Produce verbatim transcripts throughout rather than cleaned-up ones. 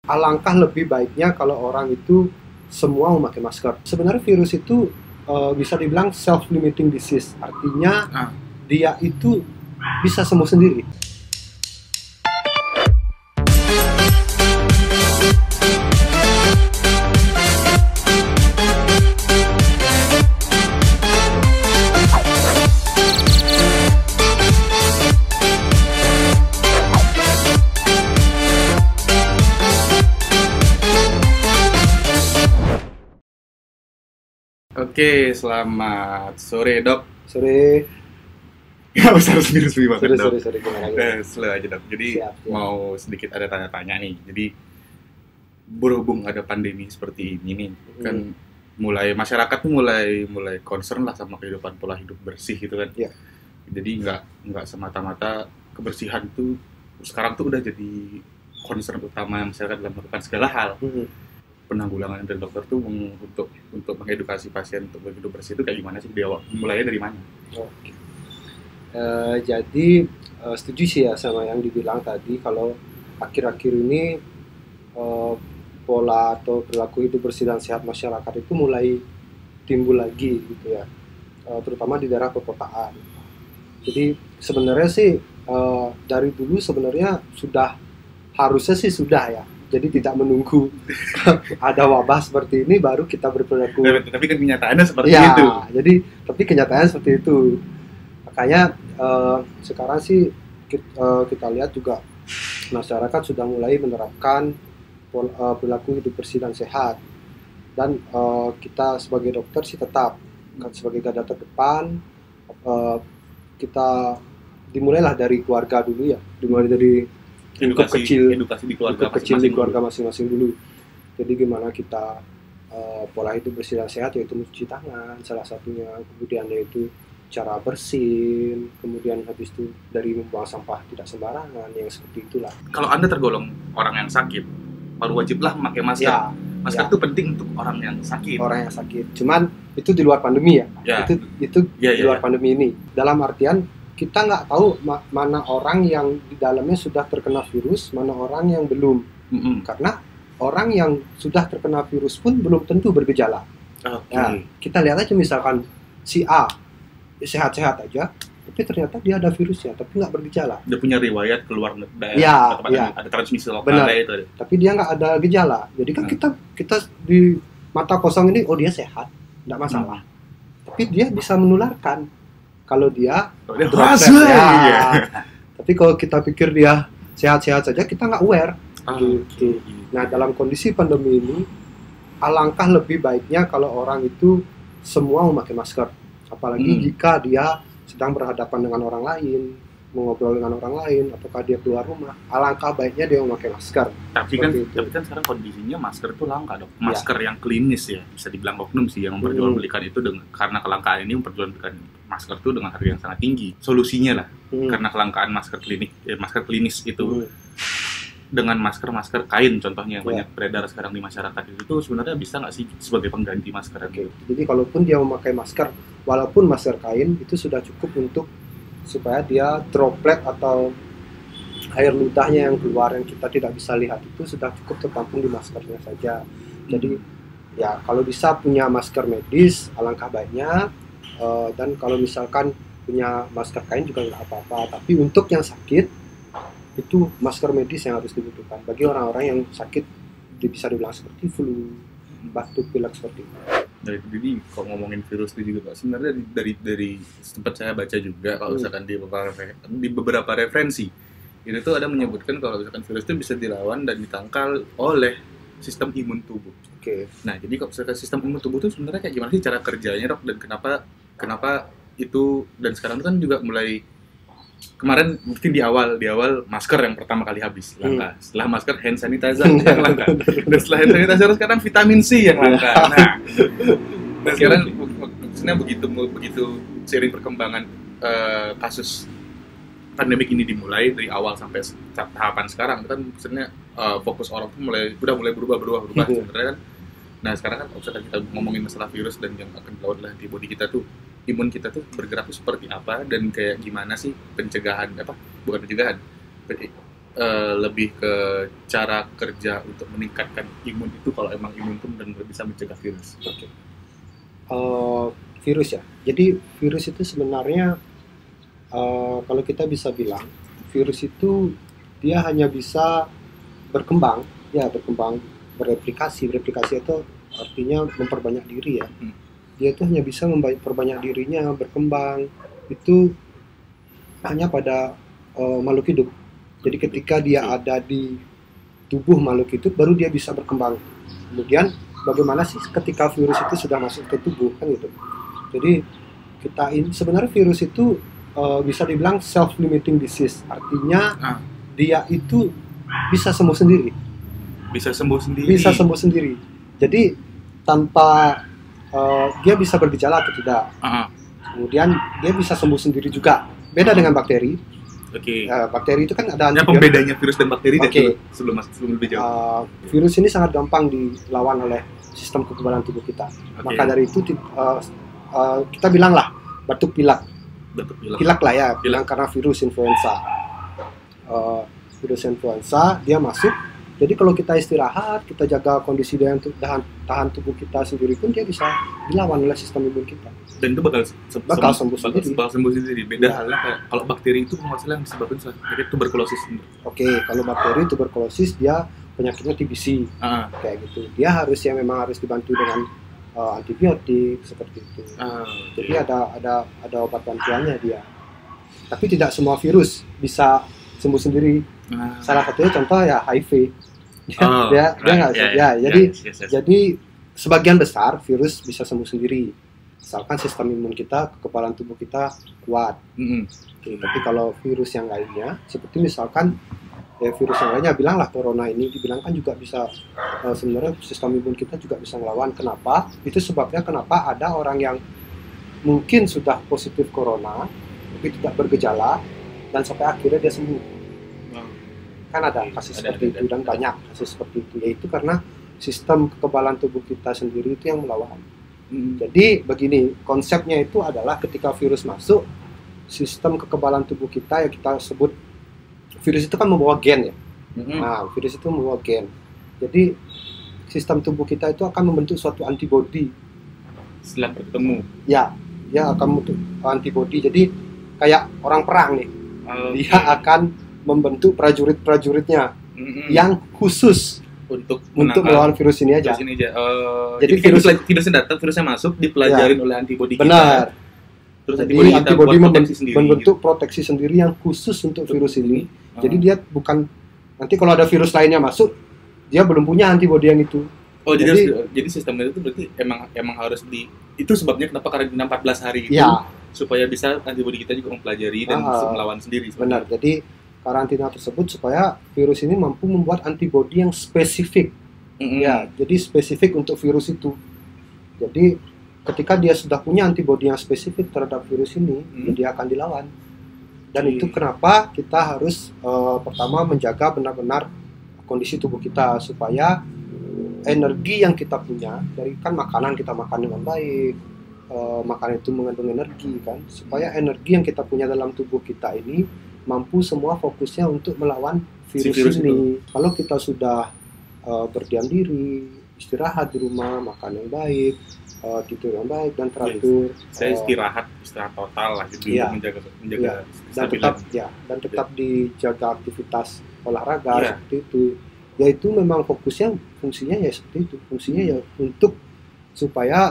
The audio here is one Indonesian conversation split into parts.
alangkah lebih baiknya kalau orang itu semua memakai masker. Sebenarnya virus itu uh, bisa dibilang self-limiting disease, artinya Ah. dia itu bisa sembuh sendiri. Oke, selamat sore dok. Sore. Gak usah resmi-resmi banget Sorry, dok. sorry, sorry, gimana gitu? Eh, slow aja dok. Jadi Siap, siap. mau sedikit ada tanya-tanya nih. Jadi berhubung ada pandemi seperti ini nih, Hmm. kan mulai masyarakat tuh mulai mulai concern lah sama kehidupan pola hidup bersih gitu kan. Iya. Jadi nggak nggak semata-mata kebersihan tuh sekarang tuh udah jadi concern utama masyarakat dalam melakukan segala hal. Hmm. Penanggulangan dari dokter tuh meng- untuk untuk mengedukasi pasien untuk hidup bersih itu kayak gimana sih? Dia mulainya dari mana? Oke. Eh, jadi eh, setuju sih ya sama yang dibilang tadi, kalau akhir-akhir ini eh, pola atau perilaku hidup bersih dan sehat masyarakat itu mulai timbul lagi gitu ya, Eh, terutama di daerah perkotaan. Jadi sebenarnya sih eh, dari dulu sebenarnya sudah harusnya sih sudah ya. Jadi tidak menunggu ada wabah seperti ini baru kita berperilaku. Tapi, tapi kan kenyataannya seperti Ya, itu. jadi tapi kenyataannya seperti itu. Makanya eh, sekarang sih kita, eh, kita lihat juga masyarakat sudah mulai menerapkan pol- eh, perilaku hidup bersih dan sehat. Dan eh, kita sebagai dokter sih tetap kan sebagai garda terdepan, eh, kita dimulailah dari keluarga dulu ya, dimulai dari lingkup Edukasi, kecil, edukasi di keluarga lingkup kecil di masing-masing keluarga dulu. masing-masing dulu. Jadi gimana kita eh, pola hidup bersih dan sehat, yaitu mencuci tangan salah satunya, kemudian yaitu cara bersin, kemudian habis itu dari membuang sampah tidak sembarangan, yang seperti itulah. Kalau Anda tergolong orang yang sakit, baru wajiblah memakai masker. Ya, Masker ya. itu penting untuk orang yang sakit. Orang yang sakit. Cuman itu di luar pandemi ya. Ya. Itu itu Ya, di ya, luar ya. pandemi ini. Dalam artian kita nggak tahu ma- mana orang yang di dalamnya sudah terkena virus, mana orang yang belum. Mm-mm. Karena orang yang sudah terkena virus pun belum tentu bergejala. Oke. Ya, kita lihat aja misalkan si A sehat-sehat aja, tapi ternyata dia ada virusnya, tapi nggak bergejala. Dia punya riwayat keluar daerah Ya, tempat ya. ada transmisi lokal Benar. ya itu. Tapi dia nggak ada gejala. Jadi kan Hmm. kita kita di mata kosong ini, oh dia sehat, nggak masalah. Tapi dia bisa menularkan kalau dia Kalau dia droplet, hasil, ya. iya. Tapi kalau kita pikir dia sehat-sehat saja, kita nggak aware. Oke. Gitu. Nah, dalam kondisi pandemi ini, alangkah lebih baiknya kalau orang itu semua memakai masker. Apalagi Hmm. jika dia sedang berhadapan dengan orang lain, mengobrol dengan orang lain, ataukah dia keluar rumah. Alangkah baiknya dia memakai masker. Tapi kan, Seperti itu. tapi kan sekarang kondisinya masker itu langka dok. Masker yang klinis ya, bisa dibilang oknum sih yang Hmm. memperjualbelikan itu dengan karena kelangkaan ini memperjualbelikan masker itu dengan harga yang sangat tinggi. Solusinya lah, Hmm. karena kelangkaan masker klinik, eh, masker klinis itu Hmm. dengan masker-masker kain contohnya yang Ya. banyak beredar sekarang di masyarakat itu tuh sebenarnya bisa nggak sih sebagai pengganti masker Oke. gitu? Jadi kalaupun dia memakai masker, walaupun masker kain, itu sudah cukup untuk supaya dia droplet atau air ludahnya yang keluar yang kita tidak bisa lihat itu sudah cukup tertampung di maskernya saja. Jadi ya kalau bisa punya masker medis alangkah baiknya, eh, dan kalau misalkan punya masker kain juga nggak apa-apa. Tapi untuk yang sakit itu masker medis yang harus dibutuhkan bagi orang-orang yang sakit, dia bisa dibilang seperti flu, batuk, pilek seperti itu. Dari jadi kalau ngomongin virus itu juga Pak, sebenarnya dari dari, dari sempat saya baca juga kalau Hmm. misalkan di beberapa di beberapa referensi itu tuh ada menyebutkan kalau misalkan virus itu bisa dilawan dan ditangkal oleh sistem imun tubuh. Oke. Nah, jadi kalau misalkan sistem imun tubuh itu sebenarnya kayak gimana sih cara kerjanya dok, dan kenapa kenapa itu, dan sekarang itu kan juga mulai kemarin mungkin di awal di awal masker yang pertama kali habis langka, setelah masker hand sanitizer yang langka, dan setelah hand sanitizer sekarang vitamin C yang langka. Nah, dan sekarang maksudnya begitu begitu seiring perkembangan eh, kasus pandemik ini dimulai dari awal sampai se- tahapan sekarang kan maksudnya eh, fokus orang tuh mulai udah mulai berubah berubah berubah Mhm. sebenarnya kan. Nah sekarang kan kalau misalkan kita ngomongin masalah virus dan yang akan dilawan oleh antibody kita tuh, imun kita tuh bergerak tuh seperti apa dan kayak gimana sih pencegahan apa bukan pencegahan pe- uh, lebih ke cara kerja untuk meningkatkan imun itu kalau emang imun itu benar-benar bisa mencegah virus. Oke. Okay. Uh, virus ya. Jadi virus itu sebenarnya uh, kalau kita bisa bilang virus itu dia hanya bisa berkembang, ya berkembang, bereplikasi. Bereplikasi itu artinya memperbanyak diri ya. Hmm. Dia itu hanya bisa memperbanyak dirinya, berkembang itu hanya pada uh, makhluk hidup. Jadi ketika dia ada di tubuh makhluk hidup, baru dia bisa berkembang. Kemudian bagaimana sih ketika virus itu sudah masuk ke tubuh, kan gitu. Jadi kita ini sebenarnya virus itu uh, bisa dibilang self-limiting disease. Artinya ah. dia itu bisa sembuh sendiri. Bisa sembuh sendiri. Bisa sembuh sendiri. Jadi tanpa uh, dia bisa bergejala atau tidak. Uh-huh. Kemudian dia bisa sembuh sendiri juga. Beda uh-huh. dengan bakteri. Oke. Okay. Uh, bakteri itu kan ada antibiotik. Pembedanya virus dan bakteri okay. deh, sebelum sebelum lebih jauh. Uh, virus ini sangat gampang dilawan oleh sistem kekebalan tubuh kita. Okay. Maka dari itu uh, uh, kita bilanglah batuk pilek. Batuk pilek. Pilek lah ya, pilek karena virus influenza. Uh, virus influenza dia masuk. Jadi kalau kita istirahat, kita jaga kondisi daya tahan, tahan tubuh kita sendiri pun dia bisa dilawan oleh sistem imun kita. Dan itu bakal, se- bakal sembuh bakal, sendiri. Bakal sembuh sendiri. Beda ya. Halnya kayak kalau bakteri itu masalah yang disebabkan penyakit tuberkulosis. Oke, okay, kalau bakteri tuberkulosis dia penyakitnya T B C, uh-huh. kayak gitu. Dia harus yang memang harus dibantu dengan uh, antibiotik seperti itu. Uh, Jadi okay. ada ada ada obat bantuannya dia. Tapi tidak semua virus bisa sembuh sendiri. Uh, Salah satunya contoh ya H I V. Dia oh, dia right. dia nggak yeah, ya. Yeah, jadi yes, yes, yes. jadi sebagian besar virus bisa sembuh sendiri. Misalkan sistem imun kita, kekebalan tubuh kita kuat. Mm-hmm. Oke, tapi kalau virus yang lainnya, seperti misalkan ya virus yang lainnya, bilanglah corona ini, dibilangkan juga bisa uh, sebenarnya sistem imun kita juga bisa melawan. Kenapa? Itu sebabnya kenapa ada orang yang mungkin sudah positif corona, tapi tidak bergejala, dan sampai akhirnya dia sembuh. Kan ada kasus ada, seperti ada, itu ada, dan ada. banyak kasus seperti itu, yaitu karena sistem kekebalan tubuh kita sendiri itu yang melawan. Hmm. Jadi begini, konsepnya itu adalah ketika virus masuk, sistem kekebalan tubuh kita yang kita sebut virus itu kan membawa gen ya. Hmm. Nah, virus itu membawa gen. Jadi sistem tubuh kita itu akan membentuk suatu antibodi setelah bertemu. Ya, dia akan membentuk antibodi. Jadi kayak orang perang nih, okay. dia akan membentuk prajurit-prajuritnya mm-hmm. yang khusus untuk untuk melawan virus ini aja. Virus ini aja. Uh, jadi, jadi virus virusnya datang, virusnya masuk, dipelajarin ya. oleh antibodi kita. Benar. Terus jadi antibodi, antibodi kita membentuk, sendiri, membentuk gitu. proteksi sendiri yang khusus untuk virus ini. Uh. Uh. Jadi dia bukan nanti kalau ada virus lainnya masuk, dia belum punya antibodi yang itu. Oh, jadi jadi, harus, jadi sistemnya itu berarti emang emang harus di itu sebabnya kenapa karantina empat belas hari itu ya. supaya bisa antibodi kita juga mempelajari dan uh, melawan sendiri. Benar. Jadi karantina tersebut supaya virus ini mampu membuat antibodi yang spesifik. Mm-hmm. Ya, jadi spesifik untuk virus itu. Jadi ketika dia sudah punya antibodi yang spesifik terhadap virus ini, mm-hmm. dia akan dilawan. Dan okay. itu kenapa kita harus uh, pertama menjaga benar-benar kondisi tubuh kita supaya energi yang kita punya dari kan makanan kita makan dengan baik, uh, makanan itu mengandung energi kan, supaya energi yang kita punya dalam tubuh kita ini mampu semua fokusnya untuk melawan virus, si virus ini. Itu. Kalau kita sudah uh, berdiam diri, istirahat di rumah, makan yang baik, uh, tidur yang baik dan teratur. Saya istirahat, uh, istirahat total lah gitu ya, untuk menjaga menjaga ya, dan tetap ya dan tetap ya. dijaga aktivitas olahraga ya. seperti itu. Yaitu memang fokusnya fungsinya ya seperti itu. Fungsinya ya untuk supaya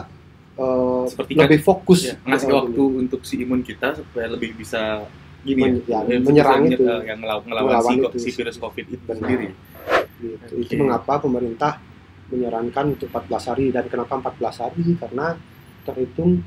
uh, lebih kan, fokus ya, ngasih waktu ini. untuk si imun kita supaya lebih bisa gini Men, ya, ya, menyerang itu yang ngelawan, ngelawan si, si virus COVID itu benar. sendiri. Gitu. Okay. Itu mengapa pemerintah menyarankan untuk empat belas hari. Dan kenapa empat belas hari? Karena terhitung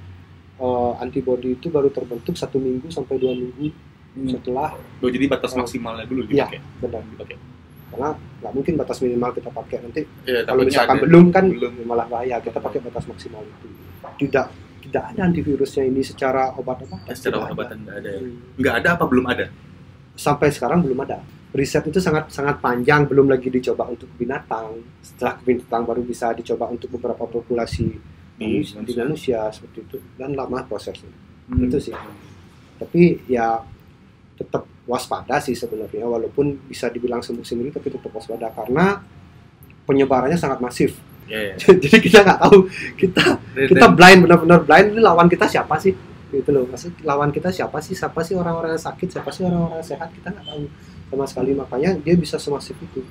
uh, antibodi itu baru terbentuk satu minggu sampai dua minggu hmm. setelah. Oh, jadi batas uh, maksimalnya dulu dipakai. Iya, benar dipakai. Karena nggak mungkin batas minimal kita pakai nanti. Ya, kalau misalkan ada, belum kan belum. malah bahaya. Kita pakai batas maksimal itu. Tidak tidak ada antivirusnya ini secara obat-obatan. Secara obat-obatan nggak ada. Nggak ada apa belum ada? Sampai sekarang belum ada. Riset itu sangat sangat panjang, belum lagi dicoba untuk binatang. Setelah binatang baru bisa dicoba untuk beberapa populasi di manusia, di manusia seperti itu, dan lama prosesnya. Hmm. Itu sih. Tapi ya tetap waspada sih sebenarnya, walaupun bisa dibilang sembuh sendiri tapi tetap waspada karena penyebarannya sangat masif. Ya, ya. Jadi kita nggak tahu, kita kita blind, benar-benar blind, ini lawan kita siapa sih gitu loh. Maksud lawan kita siapa sih, siapa sih orang-orang yang sakit, siapa sih orang-orang yang sehat, kita nggak tahu sama sekali, makanya dia bisa semasif itu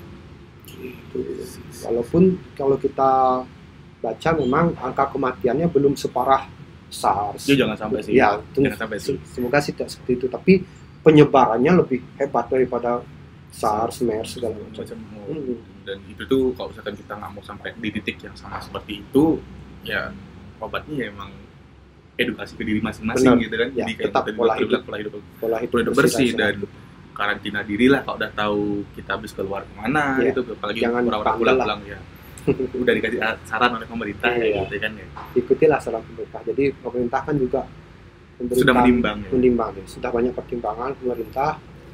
gitu. Walaupun kalau kita baca memang angka kematiannya belum separah SARS Ya, jangan sampai sih. ya, itu Jangan sampai sih. semoga sih tidak seperti itu, tapi penyebarannya lebih hebat daripada SARS, MERS segala macam. Macam Hmm. dan itu tuh kalau misalkan kita nggak mau sampai di titik yang sama seperti itu, ya obatnya ya emang edukasi ke diri masing-masing Benar. gitu kan. Ya, Jadi kayak tetap tadi pola dokter hidup. bilang, pola hidup Pola hidup pola hidup bersih sehat. dan karantina diri lah kalau udah tahu kita habis keluar kemana Ya. gitu, apalagi Jangan orang-orang bandel lah. pulang-pulang ya udah dikasih saran oleh pemerintah Iya. ya gitu kan ya, Ikutilah saran pemerintah. Jadi pemerintah kan juga pemerintah sudah menimbang ya. menimbang ya. Sudah banyak pertimbangan pemerintah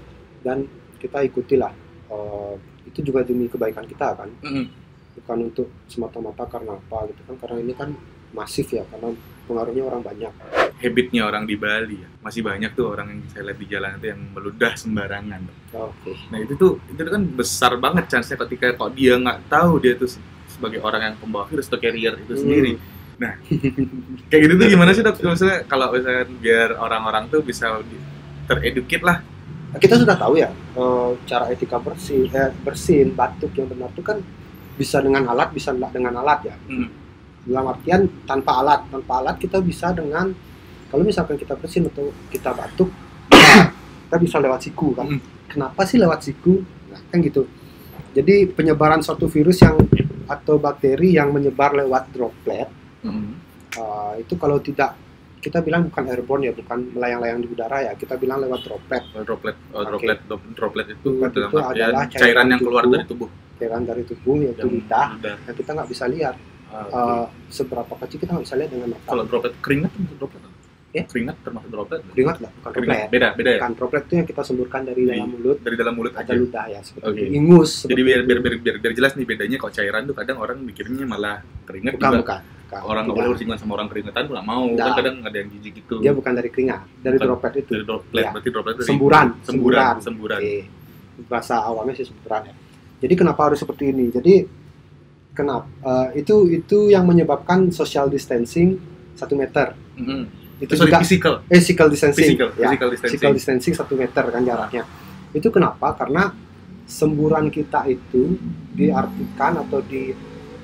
dan kita ikutilah. Eh, itu juga demi kebaikan kita kan, Mm-mm. bukan untuk semata-mata karena apa gitu kan, karena ini kan masif ya, karena pengaruhnya orang banyak. Habitnya orang di Bali ya, masih banyak tuh orang yang saya lihat di jalan itu yang meludah sembarangan. Oke. Nah itu tuh itu kan besar banget chance-nya ketika kalau dia nggak tahu dia tuh sebagai orang yang pembawa virus atau carrier itu Hmm. sendiri. Nah kayak gitu tuh gimana sih dok? Maksudnya kalau misalnya biar orang-orang tuh bisa tereducate lah. Kita sudah tahu ya eh, cara etika bersih, eh, bersin batuk yang benar itu kan bisa dengan alat, bisa tidak dengan alat ya. Hmm. Dalam artian tanpa alat, tanpa alat kita bisa dengan, kalau misalkan kita bersin atau kita batuk, kita bisa lewat siku kan. Hmm. Kenapa sih lewat siku? Nah, kan gitu. Jadi penyebaran suatu virus yang atau bakteri yang menyebar lewat droplet Hmm. uh, itu kalau tidak, kita bilang bukan airborne ya, bukan melayang-layang di udara ya, kita bilang lewat droplet. Droplet, oh, Oke. droplet, dro- droplet itu Droplet dalam itu artian adalah cairan, cairan yang keluar tubuh. dari tubuh. Cairan dari tubuh yaitu Yang lidah lidah. yang kita nggak bisa lihat. Ah, oke. Uh, seberapa kecil kita nggak bisa lihat dengan mata. Kalau droplet keringat termasuk droplet? Ya? Keringat termasuk droplet? Keringat nggak? Bukan Keringat droplet. beda, beda ya. Bukan droplet itu yang kita semburkan dari Di- dalam mulut, Dari dalam mulut ada aja. ludah ya, seperti Oke. itu. Ingus. Jadi seperti biar, itu. biar biar biar biar jelas nih bedanya kok cairan tuh kadang orang mikirnya malah keringat bukan, juga. bukan, bukan. Orang nggak Tidak. boleh bersinggungan sama orang keringetan tuh nggak mau. Tidak. Kan kadang ada yang jijik gitu. Dia bukan dari keringat, dari Bukan. droplet itu. Dari droplet, Ya. berarti droplet dari Semburan, semburan, semburan. semburan. Oke. Bahasa awamnya sih semburan ya. Jadi kenapa harus seperti ini? Jadi kenapa eh, itu itu yang menyebabkan social distancing satu meter. Mm-hmm. Itu Sorry, juga physical, eh physical distancing. physical, ya, physical distancing. physical distancing satu meter kan jaraknya. Itu kenapa? Karena semburan kita itu diartikan atau di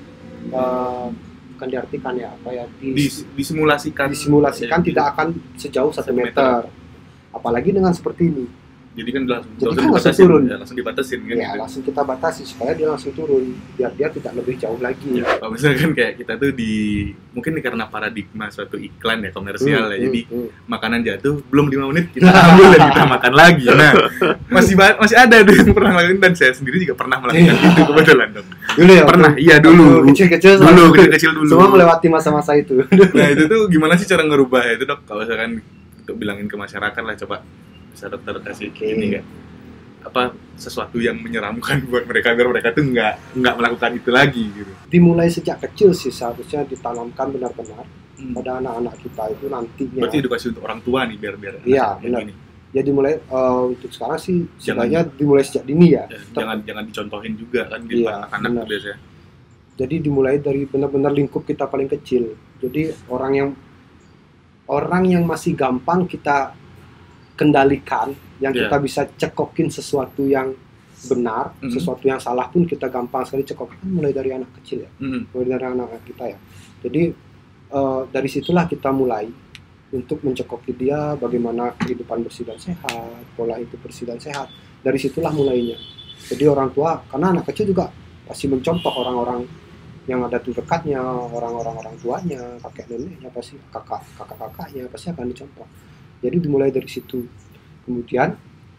eh, bukan diartikan ya, apa ya, di, Dis- disimulasikan, disimulasikan Ya, tidak akan sejauh satu Satu meter. meter. Apalagi dengan seperti ini. Jadi kan langsung, Jadi langsung kan langsung dibatasin, turun. ya, langsung dibatasin kan. Ya, gitu. langsung kita batasi supaya dia langsung turun biar dia tidak lebih jauh lagi. Ya, kalau misalkan kayak kita tuh di mungkin ini karena paradigma suatu iklan ya komersial Hmm, ya, hmm, jadi hmm. makanan jatuh belum lima menit kita ambil dan kita makan lagi. Nah masih ba- masih ada tuh yang pernah melakukan dan saya sendiri juga pernah melakukan itu kebetulan dong. Dulu ya, Pernah, waktu- iya dulu. waktu kecil-kecil Dulu semua- kecil-kecil dulu. semua melewati masa-masa itu. Nah itu tuh gimana sih cara ngerubah itu dok? Kalau misalkan untuk bilangin ke masyarakat lah, coba bisa dokter kasih Oke. ini nggak? Apa sesuatu yang menyeramkan buat mereka biar mereka tuh nggak nggak melakukan itu lagi gitu. Dimulai sejak kecil sih seharusnya ditanamkan benar-benar Hmm. pada anak-anak kita itu nantinya. Berarti edukasi untuk orang tua nih biar biar Iya, anak-anak benar. ini. Ya dimulai eh, untuk sekarang sih Jangan- sebenarnya dimulai sejak dini ya. Ya, jangan jangan dicontohin juga kan di Iya, depan anak-anak benar. tuh biasanya. Jadi dimulai dari benar-benar lingkup kita paling kecil. Jadi orang yang orang yang masih gampang kita kendalikan, yang Iya. kita bisa cekokin sesuatu yang benar, Mhm. sesuatu yang salah pun kita gampang sekali cekokin, mulai dari anak kecil ya, Hmm. mulai dari anak-anak kita ya. Jadi eh, dari situlah kita mulai untuk mencekoki dia bagaimana kehidupan bersih dan sehat, pola hidup bersih dan sehat. Dari situlah mulainya. Jadi orang tua, karena anak kecil juga pasti mencontoh orang-orang yang ada di dekatnya, orang-orang orang tuanya, kakek neneknya, pasti kakak kakak-kakaknya pasti akan dicontoh. Jadi dimulai dari situ. Kemudian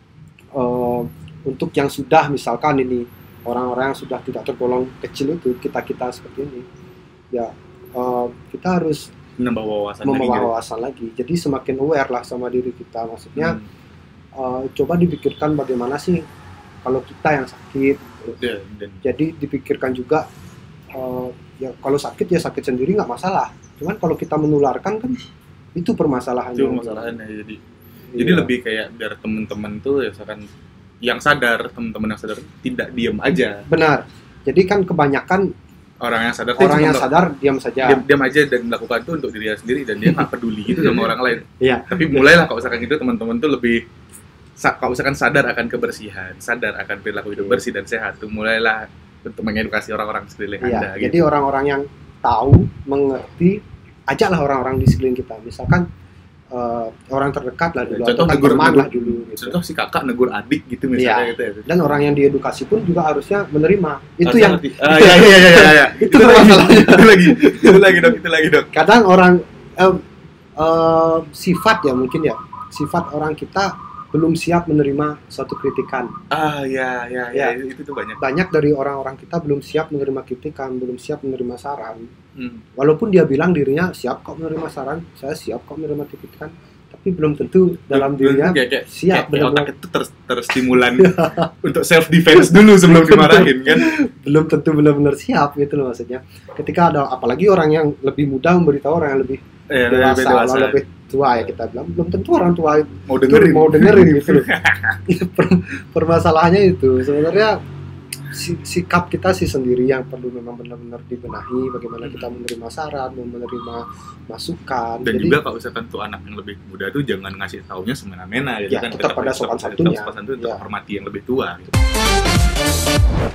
eh, untuk yang sudah misalkan ini orang-orang yang sudah tidak tergolong kecil itu, kita-kita seperti ini, ya eh, kita harus Menambah wawasan membawa lagi. wawasan lagi. Jadi semakin aware lah sama diri kita. Maksudnya Hmm. eh, coba dipikirkan bagaimana sih kalau kita yang sakit. Ya, dan Jadi dipikirkan juga eh, ya kalau sakit ya sakit sendiri nggak masalah. Cuman kalau kita menularkan kan itu permasalahannya. itu masalahnya jadi Jadi Iya. lebih kayak biar teman-teman tuh ya misalkan yang sadar, teman-teman yang sadar tidak diem aja. Benar. Jadi kan kebanyakan Orang yang sadar tuh orang cuma yang mel- sadar diam saja. diam, diam aja dan melakukan itu untuk dirinya sendiri dan dia nggak peduli gitu sama orang lain. Iya. Tapi mulailah kalau misalkan gitu teman-teman tuh lebih sa- kalau misalkan sadar akan kebersihan, sadar akan perilaku hidup Iya. bersih dan sehat tuh mulailah untuk mengedukasi orang-orang sekeliling Iya. Anda Jadi gitu. orang-orang yang tahu, mengerti, ajaklah orang-orang di sekeliling kita. Misalkan eh, orang terdekat lah dulu, Contoh atau kan negur- teman negur- lah dulu. Gitu. Contoh si kakak negur adik gitu misalnya Iya. gitu ya. Dan orang yang diedukasi pun juga harusnya menerima. Itu Harusnya yang ngerti. Ah, iya iya iya iya iya. Itu masalahnya. Itu lagi. Itu lagi dok, itu lagi dok. Kadang orang eh, eh, sifat ya mungkin ya, sifat orang kita belum siap menerima suatu kritikan. Ah iya iya iya Ya. itu tuh banyak. Banyak dari orang-orang kita belum siap menerima kritikan, belum siap menerima saran. Hmm. Walaupun dia bilang dirinya siap kok menerima saran, saya siap kok menerima kritikan, tapi belum tentu dalam Belum- dirinya kayak, kayak, siap kayak, kayak benar-benar. otak itu ter, terstimulan untuk self defense dulu sebelum dimarahin kan. Belum tentu benar-benar siap gitu loh maksudnya. Ketika ada apalagi orang yang lebih muda memberitahu orang yang lebih Eh, dewasa, lebih dewasa. orang lebih tua ya kita bilang, belum tentu orang tua itu Mau dengerin. mau dengerin gitu loh. Per- permasalahannya itu sebenarnya si- sikap kita sih sendiri yang perlu memang benar-benar dibenahi, bagaimana kita menerima saran, menerima masukan. Dan Jadi juga kalau misalkan tuh anak yang lebih muda tuh jangan ngasih taunya semena-mena gitu Ya, kan. tetap ada sopan santunnya. Sopan santun untuk Ya. hormati yang lebih tua gitu.